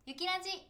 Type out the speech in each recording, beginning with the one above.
ゆきラジ。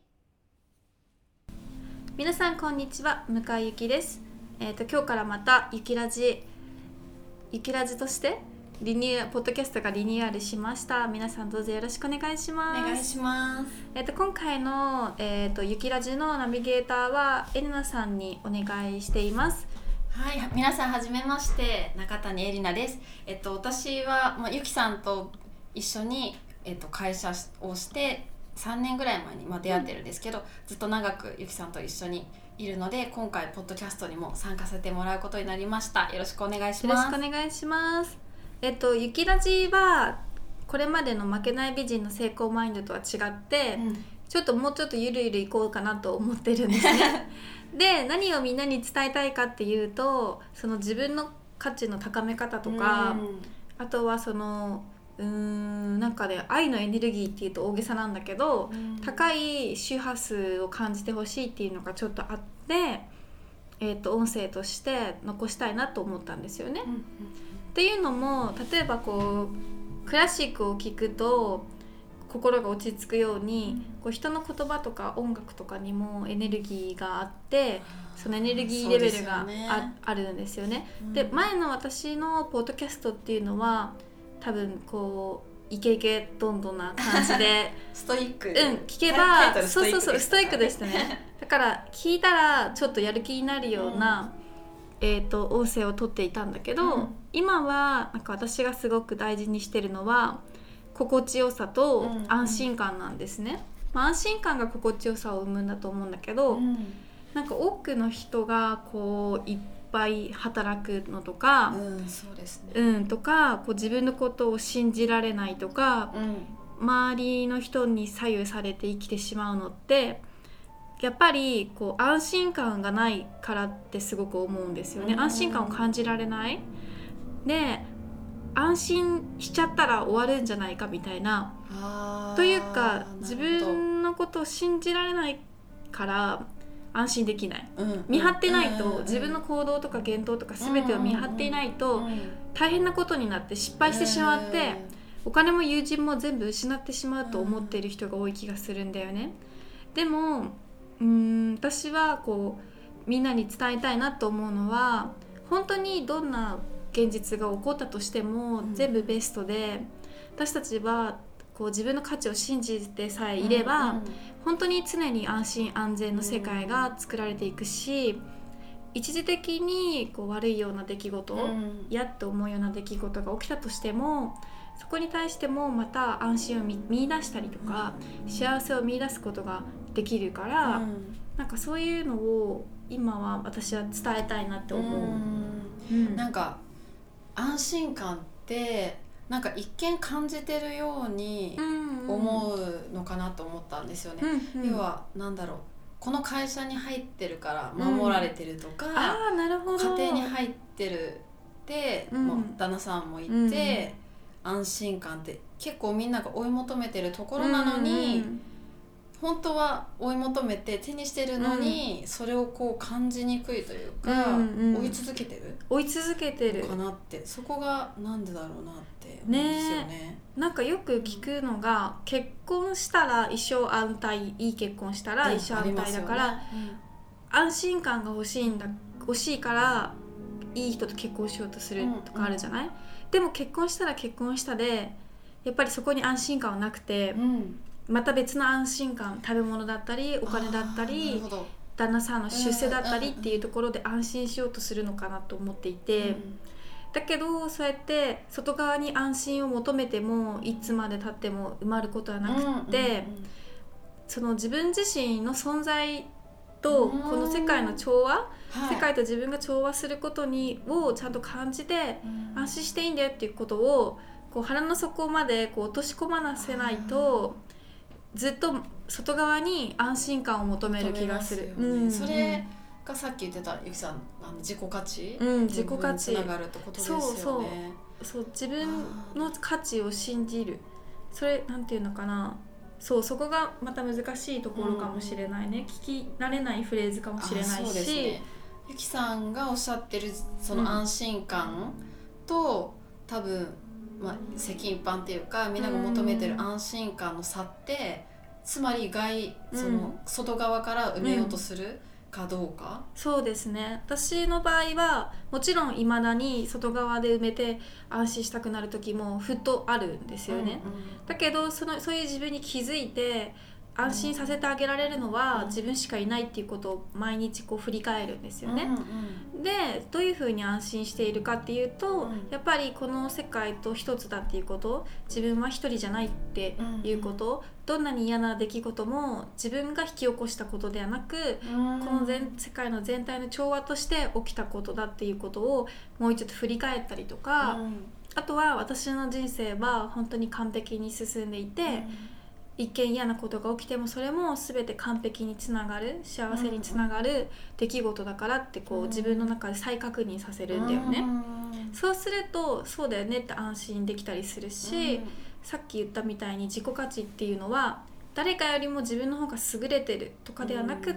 皆さんこんにちは、向井ゆきです。今日からまたゆきラジとしてポッドキャストがリニューアルしました。皆さんどうぞよろしくお願いします。 お願いします。 今回の、ゆきラジのナビゲーターはエリナさんにお願いしています。 はい、皆さんはじめまして、中谷エリナです。私は、ゆきさんと一緒に、会社をして3年ぐらい前に、出会ってるんですけど、ずっと長くゆきさんと一緒にいるので、今回ポッドキャストにも参加させてもらうことになりました。よろしくお願いします。 よろしくお願いします。ゆきラジはこれまでの負けない美人の成功マインドとは違って、ちょっともうちょっとゆるゆるいこうかなと思ってるんですねで、何をみんなに伝えたいかっていうと、その自分の価値の高め方とか、あとはそのなんかね、愛のエネルギーっていうと大げさなんだけど、高い周波数を感じてほしいっていうのがちょっとあって、音声として残したいなと思ったんですよね。っていうのも、例えばこうクラシックを聴くと心が落ち着くように、こう人の言葉とか音楽とかにもエネルギーがあって、そのエネルギーレベルが あるんですよね。で、前の私のポッドキャストっていうのは多分こうイケイケどんどんな感じでストイック、 聞けばそうストイックでしたねだから聞いたらちょっとやる気になるような、音声を取っていたんだけど、今はなんか私がすごく大事にしてるのは心地よさと安心感なんですね。安心感が心地よさを生むんだと思うんだけど、なんか多くの人がこういっぱい働くのとか、 そうですね、 とかこう自分のことを信じられないとか、周りの人に左右されて生きてしまうのってやっぱりこう安心感がないからってすごく思うんですよね。安心感を感じられないで、安心しちゃったら終わるんじゃないかみたいな、というか自分のことを信じられないから安心できない、見張ってないと、自分の行動とか言動とか全てを見張っていないと大変なことになって失敗してしまって、お金も友人も全部失ってしまうと思っている人が多い気がするんだよね。でも私はこうみんなに伝えたいなと思うのは、本当にどんな現実が起こったとしても全部ベストで、私たちはこう自分の価値を信じてさえいれば、本当に常に安心安全の世界が作られていくし、一時的にこう悪いような出来事、嫌って思うような出来事が起きたとしても、そこに対してもまた安心を見出したりとか、幸せを見出すことができるから、なんかそういうのを今は私は伝えたいなって思う。 なんか安心感ってなんか一見感じてるように思うのかなと思ったんですよね。要はなんだろう、この会社に入ってるから守られてるとか、 なるほど、 家庭に入ってるで、もう旦那さんもいて、安心感って結構みんなが追い求めてるところなのに、本当は追い求めて手にしてるのに、それをこう感じにくいというか、追い続けてるのかなって、そこがなんでだろうなって思うんですよね。 なんかよく聞くのが、結婚したら一生安泰、いい結婚したら一生安泰だから、安心感が欲しいからいい人と結婚しようとするとかあるじゃない、でも結婚したら結婚したでやっぱりそこに安心感はなくて、また別の安心感、食べ物だったりお金だったり旦那さんの出世だったりっていうところで安心しようとするのかなと思っていて、だけどそうやって外側に安心を求めてもいつまで経っても埋まることはなくって、その自分自身の存在とこの世界の調和、世界と自分が調和することをちゃんと感じて、安心していいんだよっていうことをこう腹の底までこう落とし込ませないと、ずっと外側に安心感を求める気がする。 それがさっき言ってたゆきさん、自己価値、 自己価値つながるってことですよね。 そう自分の価値を信じる、それなんていうのかな、そこがまた難しいところかもしれないね。聞き慣れないフレーズかもしれないし、 ゆきさんがおっしゃってるその安心感と、多分世間一般っていうかみんなが求めてる安心感の差ってつまりその外側から埋めようとするかどうか、 そうですね。私の場合はもちろん未だに外側で埋めて安心したくなる時もふっとあるんですよね、だけどそういう自分に気づいて安心させてあげられるのは自分しかいないっていうことを毎日こう振り返るんですよね、でどういうふうに安心しているかっていうと、やっぱりこの世界と一つだっていうこと、自分は一人じゃないっていうこと、どんなに嫌な出来事も自分が引き起こしたことではなく、この世界の全体の調和として起きたことだっていうことをもう一度振り返ったりとか、あとは私の人生は本当に完璧に進んでいて、一見嫌なことが起きてもそれも全て完璧につながる、幸せにつながる出来事だからってこう自分の中で再確認させるんだよね、そうするとそうだよねって安心できたりするし、さっき言ったみたいに自己価値っていうのは誰かよりも自分の方が優れてるとかではなくって、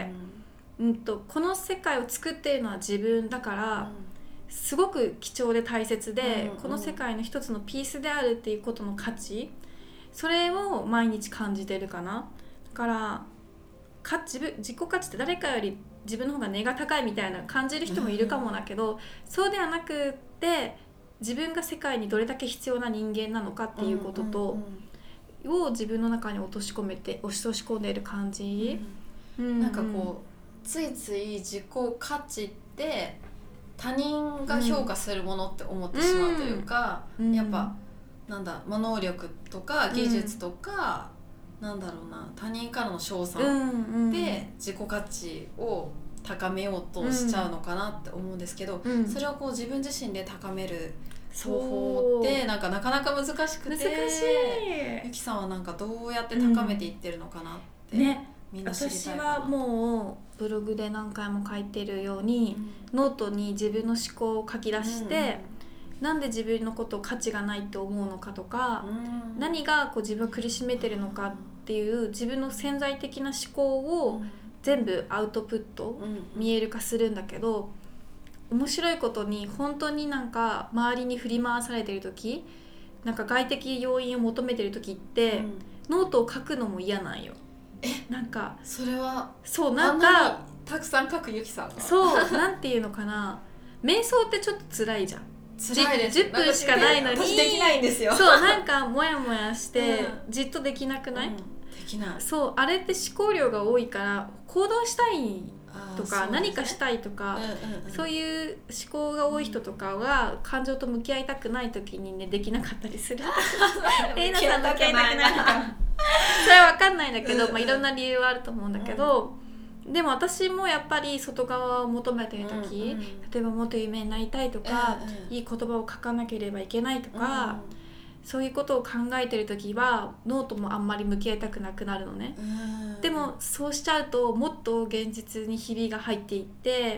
この世界を作っているのは自分だから、すごく貴重で大切で、この世界の一つのピースであるっていうことの価値、それを毎日感じてるかな。だから自己価値って誰かより自分の方が値が高いみたいな感じる人もいるかもだけど、そうではなくって自分が世界にどれだけ必要な人間なのかっていうことと、を自分の中に落とし込んでいる感じ、 なんかこうついつい自己価値って他人が評価するものって思ってしまうというか、やっぱ能力とか技術とか、他人からの称賛で自己価値を高めようとしちゃうのかなって思うんですけど、それをこう自分自身で高める方法ってなかなか難しくて、ゆきさんはどうやって高めていってるのかなって、みんな知りたいかな。 私はもうブログで何回も書いてるように、ノートに自分の思考を書き出して、なんで自分のことを価値がないって思うのかとか、何がこう自分を苦しめてるのかっていう自分の潜在的な思考を全部アウトプット、見える化するんだけど、面白いことに本当に周りに振り回されてる時、外的要因を求めてる時って、ノートを書くのも嫌なんよ。 それはそうあんなにたくさん書くゆきさんが、 そうなんていうのかな、瞑想ってちょっと辛いじゃん。 辛いです。 10分しかないのに私できないんですよ。 そうモヤモヤしてじっとできなくない？ できない。 そう、あれって思考量が多いから行動したいとか、何かしたいとか、そういう思考が多い人とかが感情と向き合いたくない時にね、できなかったりする。エイナさん向き合いたくないとかそれは分かんないんだけど、いろんな理由はあると思うんだけど、でも私もやっぱり外側を求めている時、例えばもっと有名になりたいとか、いい言葉を書かなければいけないとか、そういうことを考えてる時はノートもあんまり向き合いたくなくなるのね。でもそうしちゃうともっと現実にひびが入っていって、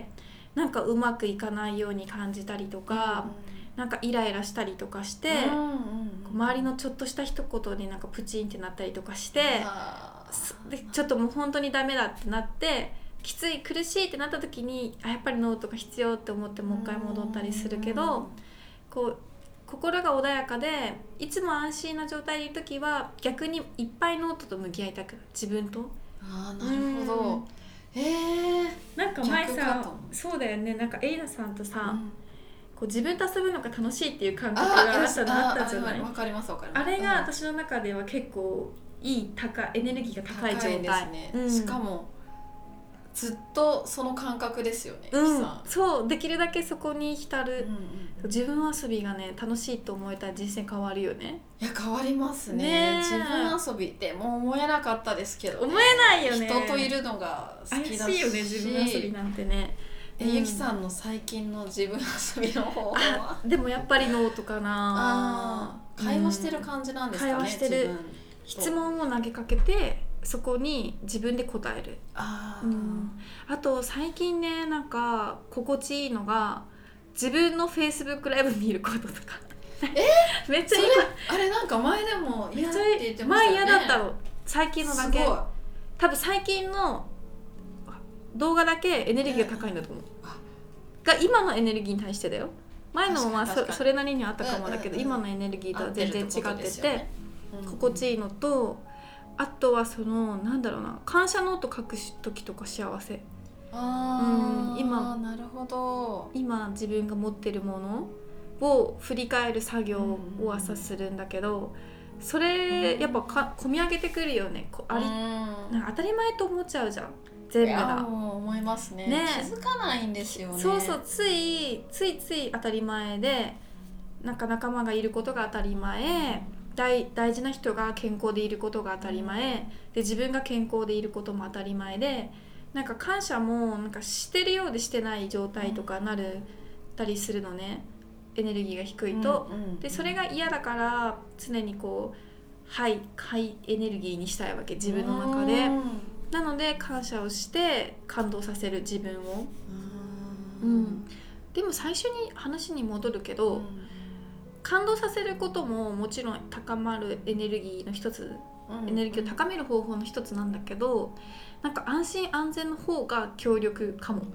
うまくいかないように感じたりとか、イライラしたりとかして、周りのちょっとした一言にプチンってなったりとかして、でちょっともう本当にダメだってなって、きつい苦しいってなった時にやっぱりノートが必要って思ってもう一回戻ったりするけど、心が穏やかでいつも安心な状態でいる時は逆にいっぱいノートと向き合いたくなる、自分と。 なるほど。 前さ、そうだよね、エイナさんとさ、こう自分と遊ぶのが楽しいっていう感覚があったじゃない。 わかります。 あれが私の中では結構いいエネルギーが高い状態ですね、しかもずっとその感覚ですよね、 そう、できるだけそこに浸る、自分遊びがね楽しいと思えたら人生変わるよね。 いや変わりますね。自分遊びってもう思えなかったですけど、 思えないよね。 人といるのが好きだし、 怪しいよね、自分遊びなんてね。 ゆきさんの最近の自分遊びの方はでもやっぱりノートかな。 会話してる感じなんですかね。 会話してる、質問を投げかけてそこに自分で答える。あと最近ね、心地いいのが自分の Facebook ライブ見ることとかめっちゃいい。 あれ前でも嫌って言ってましたよね。前嫌だったの、最近のだけ。多分最近の動画だけエネルギーが高いんだと思う、が今のエネルギーに対してだよ。前のもそれなりにはあったかもだけど、今のエネルギーとは全然違ってて、心地いいのと、 あとはそのなんだろうな、感謝ノート書く時とか幸せ。 今なるほど。 今自分が持ってるものを振り返る作業を朝するんだけど、それやっぱ込み上げてくるよね。なんか当たり前と思っちゃうじゃん全部が。 もう思いますね。気づかないんですよね。 そうつい当たり前で、なんか仲間がいることが当たり前、大事な人が健康でいることが当たり前、で自分が健康でいることも当たり前で、なんか感謝もなんかしてるようでしてない状態とかなるたりするのね、エネルギーが低いと。でそれが嫌だから常にこうハイエネルギーにしたいわけ、自分の中で。なので感謝をして感動させる自分を。でも最初に話に戻るけど、感動させることももちろん高まるエネルギーの一つ、エネルギーを高める方法の一つなんだけど、なんか安心安全の方が強力かも。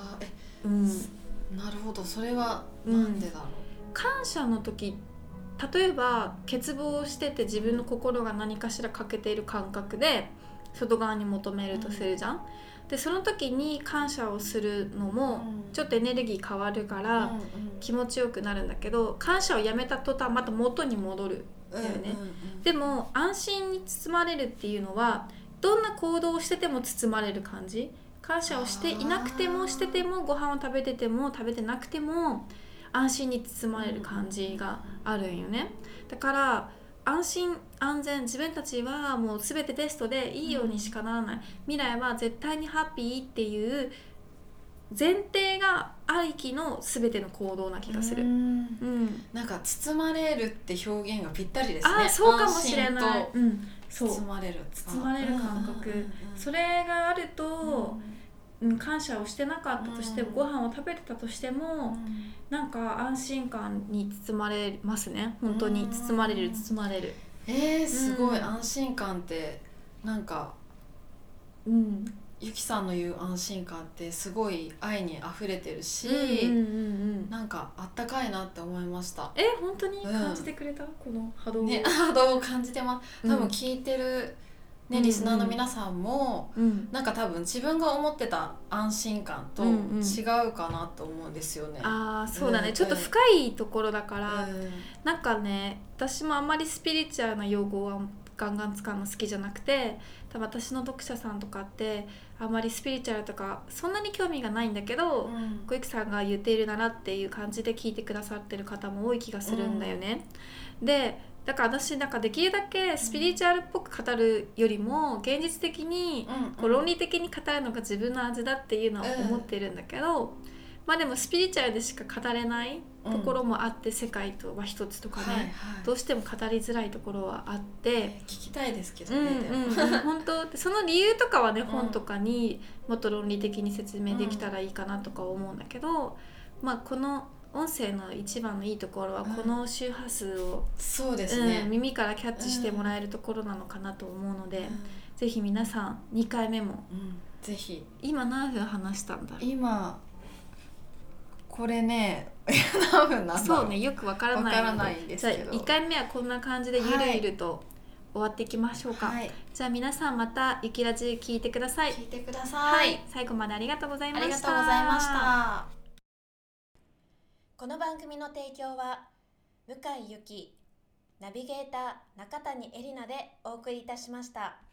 なるほど。それはなんでだろう。 感謝の時、例えば欠乏してて自分の心が何かしら欠けている感覚で外側に求めるとするじゃん。でその時に感謝をするのもちょっとエネルギー変わるから気持ちよくなるんだけど、感謝をやめた途端また元に戻るんだよね。でも安心に包まれるっていうのは、どんな行動をしてても包まれる感じ。感謝をしていなくてもしてても、ご飯を食べてても食べてなくても安心に包まれる感じがあるんよね。だから安心安全、自分たちはもう全てテストでいいようにしかならない、未来は絶対にハッピーっていう前提がありきの全ての行動な気がする。 なんか包まれるって表現がぴったりですね。 そうかもしれない。 包まれる感覚、それがあると、感謝をしてなかったとしても、ご飯を食べてたとしても、なんか安心感に包まれますね。本当に包まれる。 すごい。安心感ってなんか、ゆきさんの言う安心感ってすごい愛にあふれてるし、なんかあったかいなって思いました。 本当に感じてくれた、この波動を。 波動を感じてます。多分聞いてるリスナーの皆さんも、なんか多分自分が思ってた安心感と違うかなと思うんですよね。 そうだね、ちょっと深いところだから、なんかね、私もあんまりスピリチュアルな用語はガンガン使うの好きじゃなくて、多分私の読者さんとかってあんまりスピリチュアルとかそんなに興味がないんだけど、小雪さんが言っているならっていう感じで聞いてくださってる方も多い気がするんだよね。でだから私なんかできるだけスピリチュアルっぽく語るよりも現実的にこう論理的に語るのが自分の味だっていうのは思ってるんだけど、まあでもスピリチュアルでしか語れないところもあって、世界とは一つとかね、どうしても語りづらいところはあって、 聞きたいですけどね。 本当その理由とかはね、本とかにもっと論理的に説明できたらいいかなとか思うんだけど、まあこの音声の一番のいいところはこの周波数を、 そうですね、 耳からキャッチしてもらえるところなのかなと思うので、ぜひ皆さん2回目も、 ぜひ。 今何分話したんだろう。 今これね何分なんだろう。 そうね、よくわからないんですけど、 じゃあ1回目はこんな感じでゆるゆると終わっていきましょうか。じゃあ皆さんまたゆきラジ聞いてください。最後までありがとうございました。 ありがとうございました。 この番組の提供は向井ゆき、ナビゲーター中谷絵里奈でお送りいたしました。